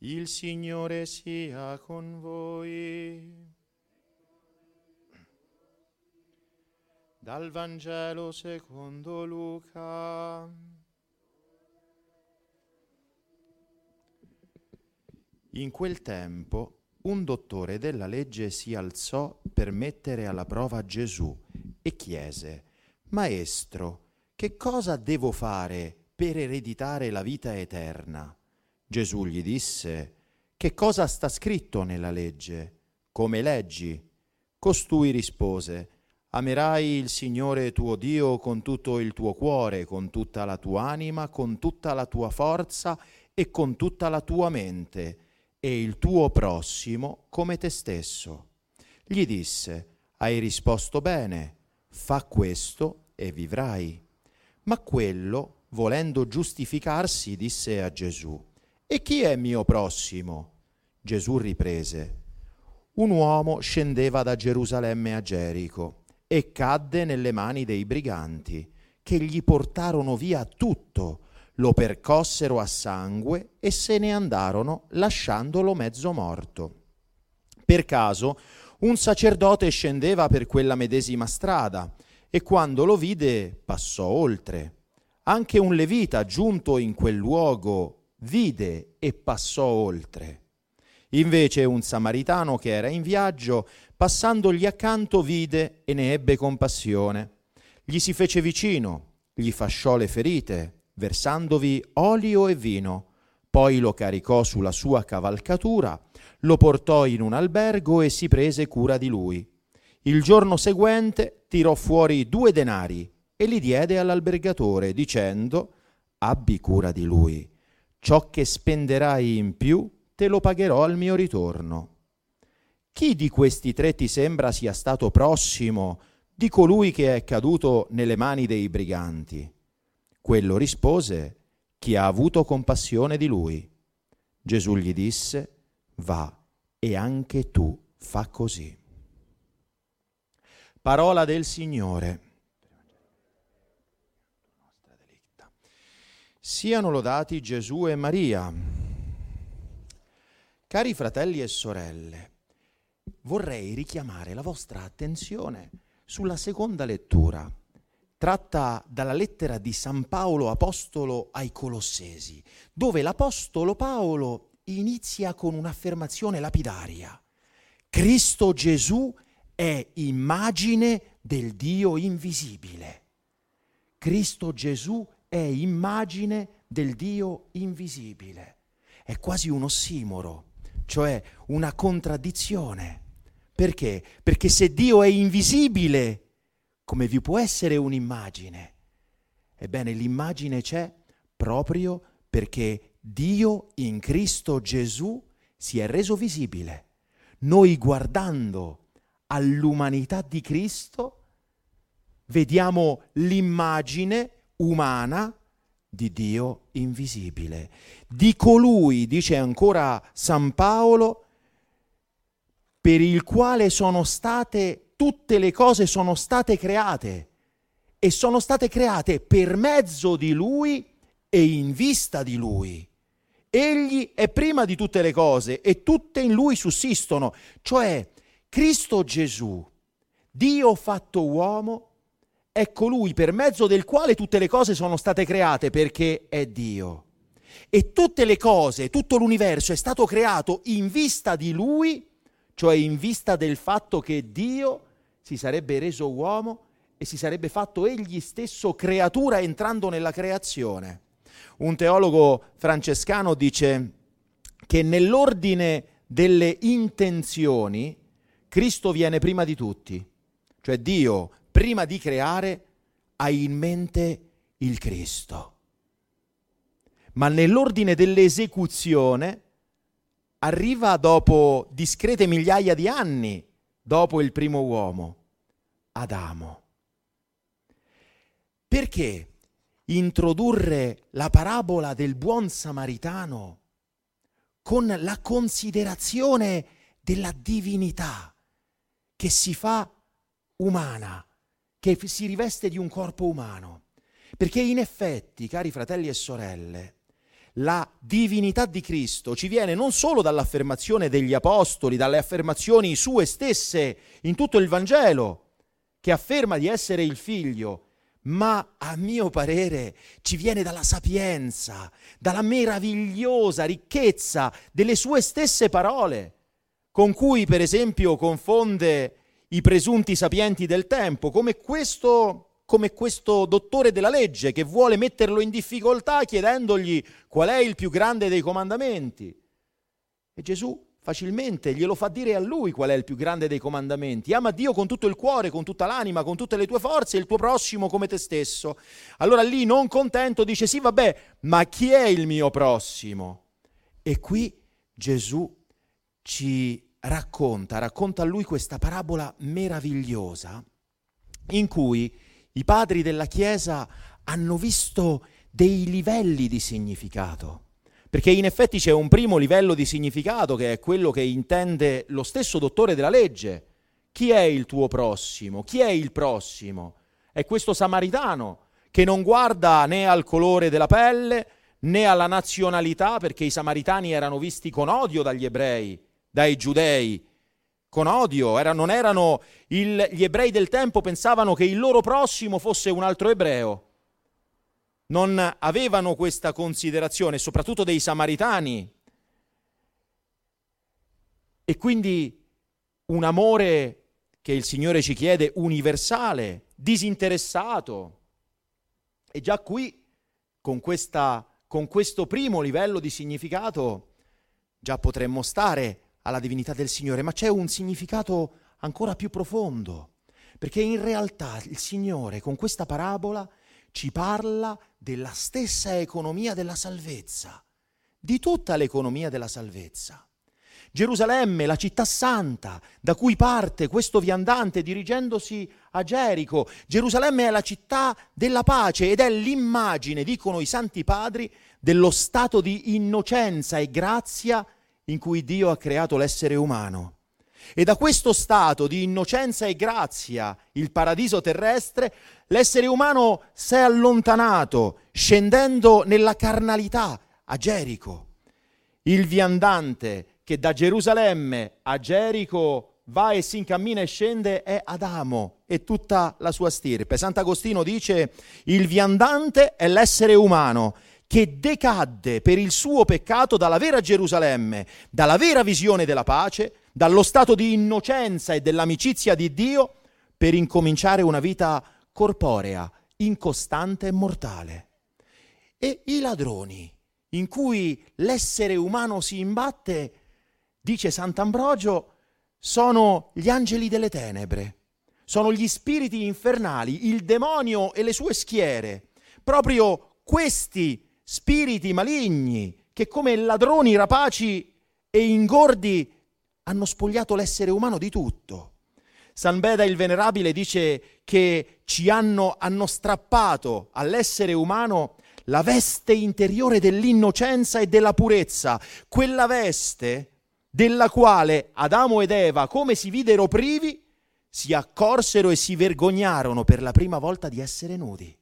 Il Signore sia con voi. Dal Vangelo secondo Luca. In quel tempo un dottore della legge si alzò per mettere alla prova Gesù e chiese: Maestro, che cosa devo fare per ereditare la vita eterna? Gesù gli disse: Che cosa sta scritto nella legge? Come leggi? Costui rispose: Amerai il Signore tuo Dio con tutto il tuo cuore, con tutta la tua anima, con tutta la tua forza e con tutta la tua mente, e il tuo prossimo come te stesso. Gli disse: Hai risposto bene, fa questo e vivrai. Ma quello, volendo giustificarsi, disse a Gesù: E chi è mio prossimo? Gesù riprese: Un uomo scendeva da Gerusalemme a Gerico e cadde nelle mani dei briganti, che gli portarono via tutto, lo percossero a sangue e se ne andarono lasciandolo mezzo morto. Per caso un sacerdote scendeva per quella medesima strada e quando lo vide passò oltre. Anche un levita giunto in quel luogo vide e passò oltre. Invece un samaritano che era in viaggio, passandogli accanto, vide e ne ebbe compassione. Gli si fece vicino, gli fasciò le ferite, versandovi olio e vino, poi lo caricò sulla sua cavalcatura, lo portò in un albergo e si prese cura di lui. Il giorno seguente tirò fuori 2 denari e li diede all'albergatore, dicendo: Abbi cura di lui, ciò che spenderai in più te lo pagherò al mio ritorno. Chi di questi 3 ti sembra sia stato prossimo di colui che è caduto nelle mani dei briganti? Quello rispose: Chi ha avuto compassione di lui. Gesù gli disse: Va e anche tu fa così. Parola del Signore. Siano lodati Gesù e Maria. Cari fratelli e sorelle, vorrei richiamare la vostra attenzione sulla seconda lettura, tratta dalla lettera di San Paolo apostolo ai Colossesi, dove l'apostolo Paolo inizia con un'affermazione lapidaria: Cristo Gesù è immagine del Dio invisibile. Cristo Gesù è immagine del Dio invisibile. È quasi un ossimoro, cioè una contraddizione. Perché? Perché se Dio è invisibile, come vi può essere un'immagine? Ebbene, l'immagine c'è proprio perché Dio in Cristo Gesù si è reso visibile. Noi, guardando all'umanità di Cristo, vediamo l'immagine umana di Dio invisibile, di colui, dice ancora San Paolo, per il quale sono state tutte le cose, sono state create e sono state create per mezzo di Lui e in vista di Lui. Egli è prima di tutte le cose e tutte in Lui sussistono, cioè Cristo Gesù, Dio fatto uomo, è colui per mezzo del quale tutte le cose sono state create, perché è Dio. E tutte le cose, tutto l'universo è stato creato in vista di Lui, cioè in vista del fatto che Dio si sarebbe reso uomo e si sarebbe fatto egli stesso creatura entrando nella creazione. Un teologo francescano dice che nell'ordine delle intenzioni Cristo viene prima di tutti, cioè Dio prima di creare ha in mente il Cristo. Ma nell'ordine dell'esecuzione arriva dopo discrete migliaia di anni dopo il primo uomo, Adamo. Perché introdurre la parabola del buon samaritano con la considerazione della divinità che si fa umana, che si riveste di un corpo umano? Perché in effetti, cari fratelli e sorelle, la divinità di Cristo ci viene non solo dall'affermazione degli apostoli, dalle affermazioni sue stesse in tutto il Vangelo, che afferma di essere il Figlio, ma a mio parere ci viene dalla sapienza, dalla meravigliosa ricchezza delle sue stesse parole, con cui per esempio confonde i presunti sapienti del tempo, come questo dottore della legge che vuole metterlo in difficoltà chiedendogli qual è il più grande dei comandamenti. E Gesù facilmente glielo fa dire a lui qual è il più grande dei comandamenti. Ama Dio con tutto il cuore, con tutta l'anima, con tutte le tue forze e il tuo prossimo come te stesso. Allora lì, non contento, dice sì vabbè, ma chi è il mio prossimo? E qui Gesù ci racconta a lui questa parabola meravigliosa in cui i padri della Chiesa hanno visto dei livelli di significato, perché in effetti c'è un primo livello di significato che è quello che intende lo stesso dottore della legge. Chi è il tuo prossimo? Chi è il prossimo? È questo samaritano che non guarda né al colore della pelle né alla nazionalità, perché i samaritani erano visti con odio dagli ebrei, dai giudei, con odio. Gli ebrei del tempo pensavano che il loro prossimo fosse un altro ebreo. Non avevano questa considerazione, soprattutto dei samaritani. E quindi un amore che il Signore ci chiede universale, disinteressato. E già qui, con questo primo livello di significato, già potremmo stare alla divinità del Signore, ma c'è un significato ancora più profondo, perché in realtà il Signore con questa parabola ci parla della stessa economia della salvezza, di tutta l'economia della salvezza. Gerusalemme, la città santa, da cui parte questo viandante dirigendosi a Gerico. Gerusalemme è la città della pace ed è l'immagine, dicono i santi padri, dello stato di innocenza e grazia in cui Dio ha creato l'essere umano. E da questo stato di innocenza e grazia, il paradiso terrestre, l'essere umano si è allontanato, scendendo nella carnalità a Gerico. Il viandante che da Gerusalemme a Gerico va e si incammina e scende è Adamo e tutta la sua stirpe. Sant'Agostino dice: il viandante è l'essere umano che decadde per il suo peccato dalla vera Gerusalemme, dalla vera visione della pace, dallo stato di innocenza e dell'amicizia di Dio, per incominciare una vita corporea, incostante e mortale. E i ladroni, in cui l'essere umano si imbatte, dice Sant'Ambrogio, sono gli angeli delle tenebre, sono gli spiriti infernali, il demonio e le sue schiere, proprio questi spiriti maligni che come ladroni rapaci e ingordi hanno spogliato l'essere umano di tutto. San Beda il Venerabile dice che hanno strappato all'essere umano la veste interiore dell'innocenza e della purezza, quella veste della quale Adamo ed Eva, come si videro privi, si accorsero e si vergognarono per la prima volta di essere nudi.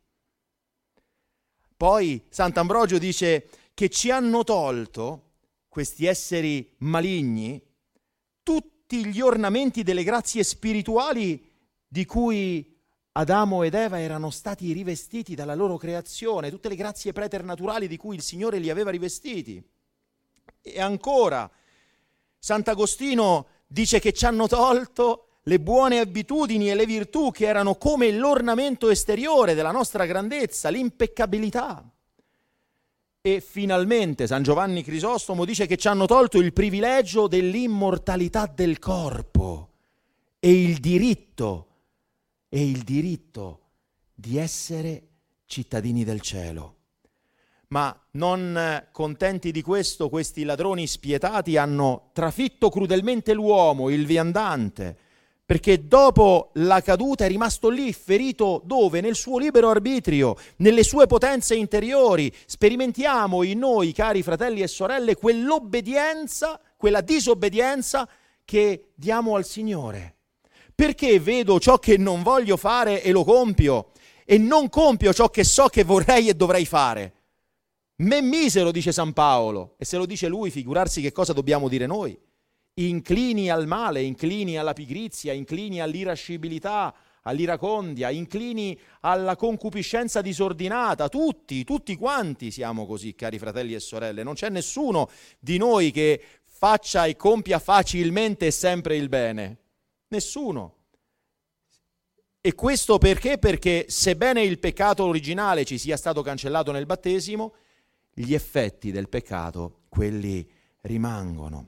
Poi Sant'Ambrogio dice che ci hanno tolto, questi esseri maligni, tutti gli ornamenti delle grazie spirituali di cui Adamo ed Eva erano stati rivestiti dalla loro creazione, tutte le grazie preternaturali di cui il Signore li aveva rivestiti. E ancora, Sant'Agostino dice che ci hanno tolto le buone abitudini e le virtù che erano come l'ornamento esteriore della nostra grandezza, l'impeccabilità. E finalmente San Giovanni Crisostomo dice che ci hanno tolto il privilegio dell'immortalità del corpo e il diritto di essere cittadini del cielo. Ma non contenti di questo, questi ladroni spietati hanno trafitto crudelmente l'uomo, il viandante, perché dopo la caduta è rimasto lì ferito dove? Nel suo libero arbitrio, nelle sue potenze interiori. Sperimentiamo in noi, cari fratelli e sorelle, quell'obbedienza, quella disobbedienza che diamo al Signore. Perché vedo ciò che non voglio fare e lo compio, e non compio ciò che so che vorrei e dovrei fare? Men misero, dice San Paolo, e se lo dice lui, figurarsi che cosa dobbiamo dire noi. Inclini al male, inclini alla pigrizia, inclini all'irascibilità, all'iracondia, inclini alla concupiscenza disordinata. Tutti quanti siamo così, cari fratelli e sorelle. Non c'è nessuno di noi che faccia e compia facilmente e sempre il bene. Nessuno. E questo perché? Perché sebbene il peccato originale ci sia stato cancellato nel battesimo, gli effetti del peccato, quelli rimangono.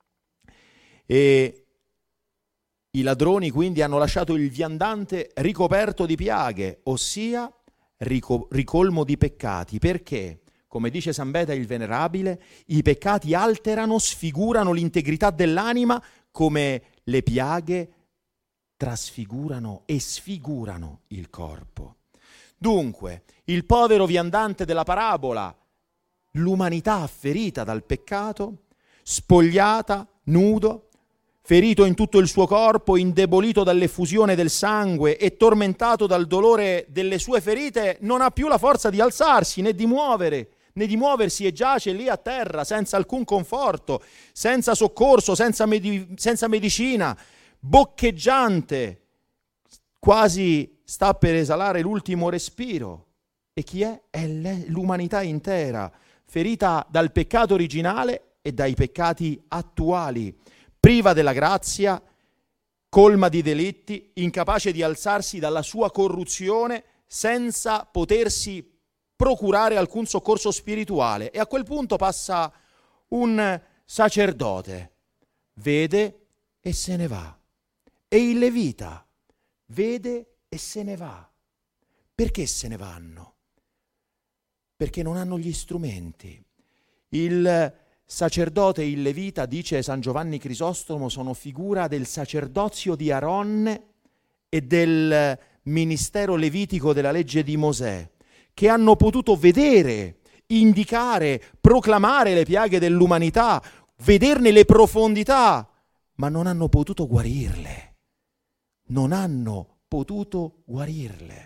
E i ladroni quindi hanno lasciato il viandante ricoperto di piaghe, ossia ricolmo di peccati. Perché? Come dice San Beda il Venerabile, i peccati alterano, sfigurano l'integrità dell'anima come le piaghe trasfigurano e sfigurano il corpo. Dunque, il povero viandante della parabola, l'umanità ferita dal peccato, spogliata, nudo, ferito in tutto il suo corpo, indebolito dall'effusione del sangue e tormentato dal dolore delle sue ferite, non ha più la forza di alzarsi né di muoversi e giace lì a terra senza alcun conforto, senza soccorso, senza medicina, boccheggiante, quasi sta per esalare l'ultimo respiro. E chi è? È l'umanità intera, ferita dal peccato originale e dai peccati attuali, priva della grazia, colma di delitti, incapace di alzarsi dalla sua corruzione senza potersi procurare alcun soccorso spirituale. E a quel punto passa un sacerdote, vede e se ne va. E il levita vede e se ne va. Perché se ne vanno? Perché non hanno gli strumenti. Il sacerdote e il levita, dice San Giovanni Crisostomo, sono figura del sacerdozio di Aronne e del ministero levitico della legge di Mosè, che hanno potuto vedere, indicare, proclamare le piaghe dell'umanità, vederne le profondità, ma non hanno potuto guarirle. Non hanno potuto guarirle.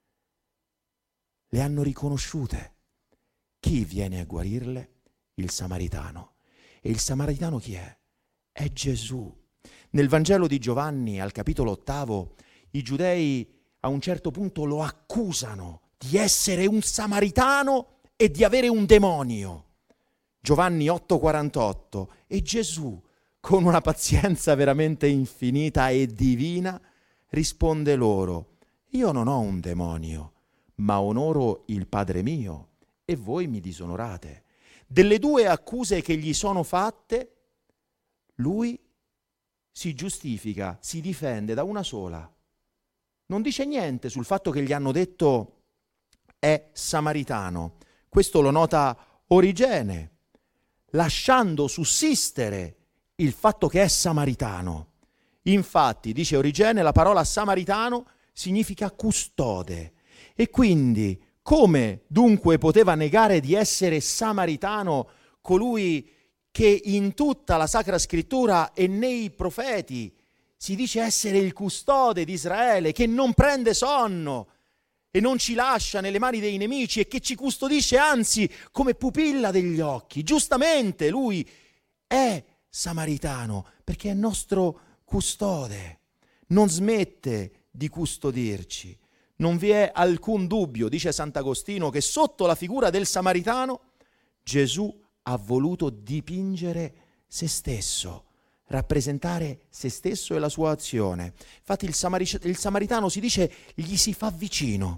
Le hanno riconosciute. Chi viene a guarirle? Il Samaritano. E il Samaritano chi è? È Gesù. Nel Vangelo di Giovanni, al capitolo 8, i giudei a un certo punto lo accusano di essere un Samaritano e di avere un demonio. Giovanni 8,48. E Gesù, con una pazienza veramente infinita e divina, risponde loro: io non ho un demonio, ma onoro il Padre mio e voi mi disonorate. Delle due accuse che gli sono fatte, lui si giustifica, si difende da una sola. Non dice niente sul fatto che gli hanno detto è samaritano. Questo lo nota Origene, lasciando sussistere il fatto che è samaritano. Infatti, dice Origene, la parola samaritano significa custode. E quindi, come dunque poteva negare di essere samaritano colui che in tutta la Sacra Scrittura e nei profeti si dice essere il custode di Israele, che non prende sonno e non ci lascia nelle mani dei nemici e che ci custodisce anzi come pupilla degli occhi? Giustamente lui è samaritano perché è nostro custode, non smette di custodirci. Non vi è alcun dubbio, dice Sant'Agostino, che sotto la figura del samaritano Gesù ha voluto dipingere se stesso, rappresentare se stesso e la sua azione. Infatti il samaritano, si dice, gli si fa vicino.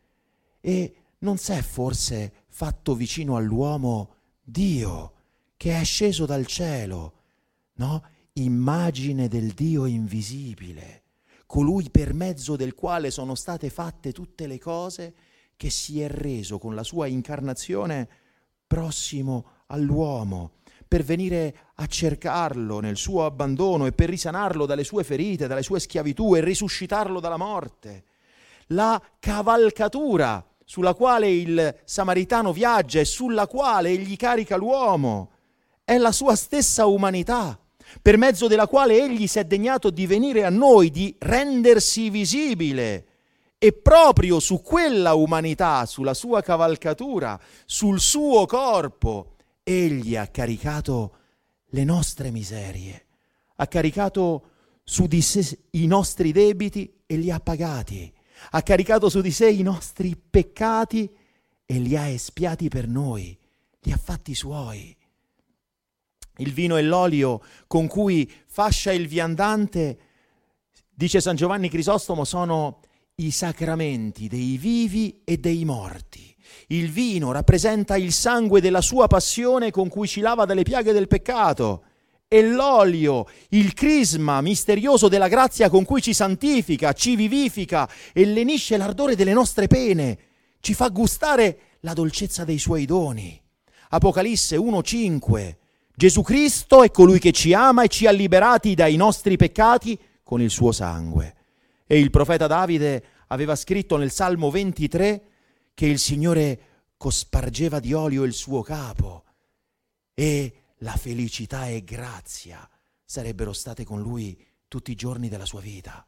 E non s'è forse fatto vicino all'uomo Dio, che è sceso dal cielo, no? Immagine del Dio invisibile, colui per mezzo del quale sono state fatte tutte le cose, che si è reso con la sua incarnazione prossimo all'uomo, per venire a cercarlo nel suo abbandono e per risanarlo dalle sue ferite, dalle sue schiavitù e risuscitarlo dalla morte. La cavalcatura sulla quale il samaritano viaggia e sulla quale egli carica l'uomo è la sua stessa umanità, per mezzo della quale egli si è degnato di venire a noi, di rendersi visibile e proprio su quella umanità, sulla sua cavalcatura, sul suo corpo, egli ha caricato le nostre miserie, ha caricato su di sé i nostri debiti e li ha pagati, ha caricato su di sé i nostri peccati e li ha espiati per noi, li ha fatti suoi. Il vino e l'olio con cui fascia il viandante, dice San Giovanni Crisostomo, sono i sacramenti dei vivi e dei morti. Il vino rappresenta il sangue della sua passione con cui ci lava dalle piaghe del peccato, e l'olio, il crisma misterioso della grazia con cui ci santifica, ci vivifica e lenisce l'ardore delle nostre pene, ci fa gustare la dolcezza dei suoi doni. Apocalisse 1,5: Gesù Cristo è colui che ci ama e ci ha liberati dai nostri peccati con il suo sangue. E il profeta Davide aveva scritto nel Salmo 23 che il Signore cospargeva di olio il suo capo e la felicità e grazia sarebbero state con lui tutti i giorni della sua vita.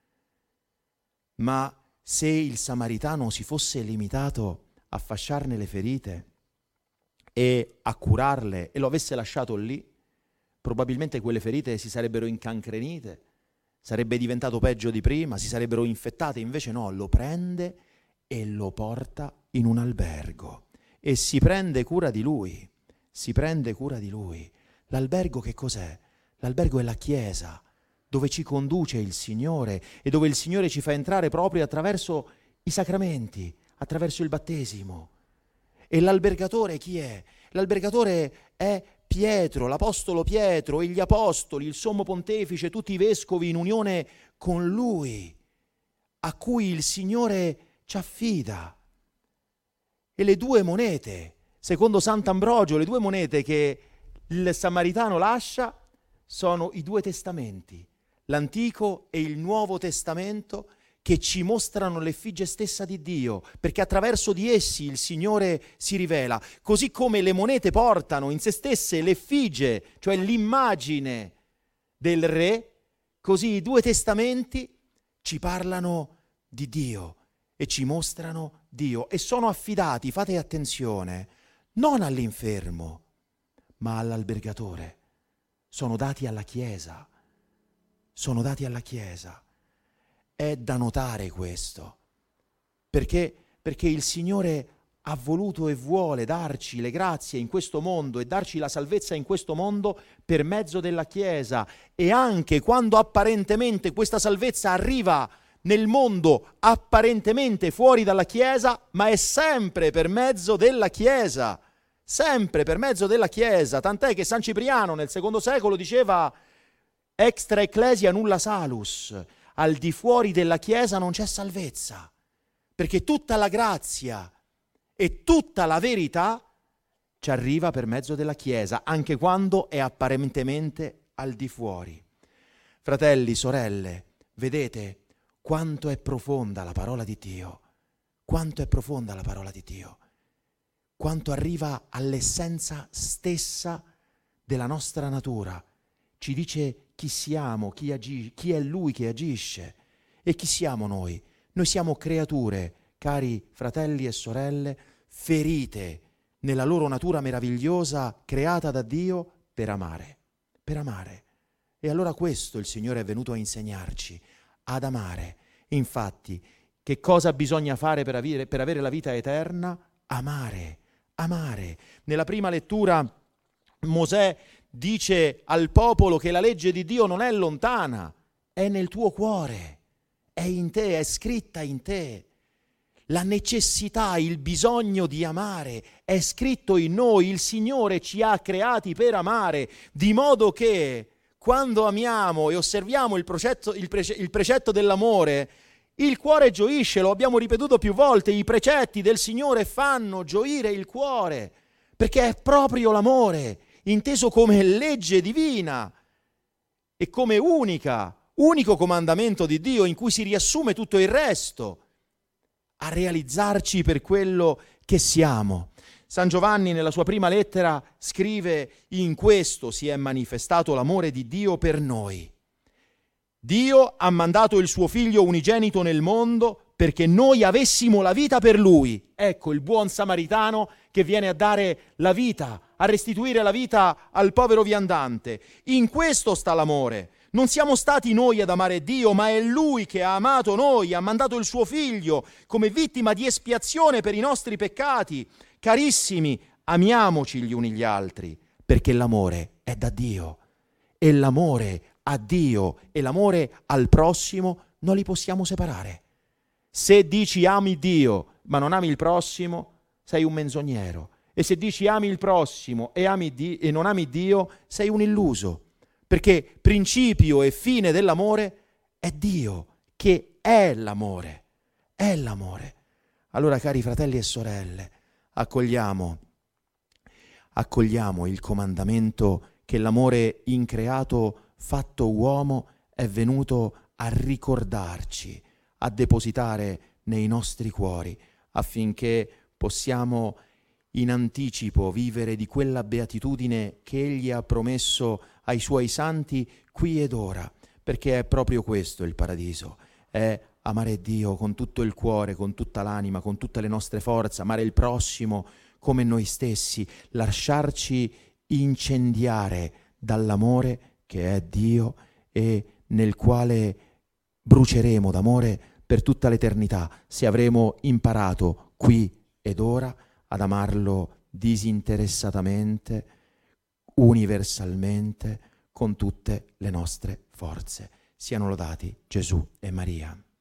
Ma se il samaritano si fosse limitato a fasciarne le ferite e a curarle e lo avesse lasciato lì, probabilmente quelle ferite si sarebbero incancrenite, sarebbe diventato peggio di prima, si sarebbero infettate. Invece no, lo prende e lo porta in un albergo e si prende cura di lui. Si prende cura di lui. L'albergo che cos'è? L'albergo è la Chiesa, dove ci conduce il Signore e dove il Signore ci fa entrare proprio attraverso i sacramenti, attraverso il battesimo. E l'albergatore chi è? L'albergatore è Pietro, l'apostolo Pietro e gli apostoli, il sommo pontefice, tutti i vescovi in unione con lui, a cui il Signore ci affida. E le due monete, secondo Sant'Ambrogio, le due monete che il samaritano lascia sono i due testamenti, l'Antico e il Nuovo Testamento, che ci mostrano l'effigie stessa di Dio, perché attraverso di essi il Signore si rivela. Così come le monete portano in se stesse l'effigie, cioè l'immagine del Re, così i due testamenti ci parlano di Dio e ci mostrano Dio e sono affidati, fate attenzione, non all'infermo, ma all'albergatore. Sono dati alla Chiesa. Sono dati alla Chiesa. È da notare questo, perché il Signore ha voluto e vuole darci le grazie in questo mondo e darci la salvezza in questo mondo per mezzo della Chiesa, e anche quando apparentemente questa salvezza arriva nel mondo apparentemente fuori dalla Chiesa, ma è sempre per mezzo della Chiesa, sempre per mezzo della Chiesa, tant'è che San Cipriano nel II secolo diceva extra ecclesia nulla salus, al di fuori della Chiesa non c'è salvezza, perché tutta la grazia e tutta la verità ci arriva per mezzo della Chiesa, anche quando è apparentemente al di fuori. Fratelli, sorelle, vedete quanto è profonda la parola di Dio, quanto è profonda la parola di Dio, quanto arriva all'essenza stessa della nostra natura. Ci dice chi siamo, chi è Lui che agisce e chi siamo noi. Noi siamo creature, cari fratelli e sorelle, ferite nella loro natura meravigliosa, creata da Dio per amare, per amare. E allora questo il Signore è venuto a insegnarci, ad amare. Infatti, che cosa bisogna fare per avere la vita eterna? Amare, amare. Nella prima lettura Mosè dice al popolo che la legge di Dio non è lontana, è nel tuo cuore, è in te, è scritta in te. La necessità, il bisogno di amare è scritto in noi. Il Signore ci ha creati per amare, di modo che quando amiamo e osserviamo il precetto dell'amore, il cuore gioisce. Lo abbiamo ripetuto più volte, i precetti del Signore fanno gioire il cuore, perché è proprio l'amore, inteso come legge divina e come unico comandamento di Dio in cui si riassume tutto il resto, a realizzarci per quello che siamo. San Giovanni nella sua prima lettera scrive: in questo si è manifestato l'amore di Dio per noi. Dio ha mandato il suo Figlio unigenito nel mondo perché noi avessimo la vita per Lui. Ecco il buon samaritano che viene a dare la vita, a restituire la vita al povero viandante. In questo sta l'amore. Non siamo stati noi ad amare Dio, ma è Lui che ha amato noi, ha mandato il suo Figlio come vittima di espiazione per i nostri peccati. Carissimi, amiamoci gli uni gli altri, perché l'amore è da Dio. E l'amore a Dio e l'amore al prossimo non li possiamo separare. Se dici ami Dio ma non ami il prossimo, sei un menzognero. E se dici ami il prossimo e non ami Dio, sei un illuso. Perché principio e fine dell'amore è Dio, che è l'amore. È l'amore. Allora, cari fratelli e sorelle, accogliamo il comandamento che l'amore increato fatto uomo è venuto a ricordarci, a depositare nei nostri cuori, affinché possiamo in anticipo vivere di quella beatitudine che Egli ha promesso ai Suoi santi qui ed ora, perché è proprio questo il paradiso, è amare Dio con tutto il cuore, con tutta l'anima, con tutte le nostre forze, amare il prossimo come noi stessi, lasciarci incendiare dall'amore che è Dio e nel quale bruceremo d'amore per tutta l'eternità se avremo imparato qui ed ora ad amarlo disinteressatamente, universalmente, con tutte le nostre forze. Siano lodati Gesù e Maria.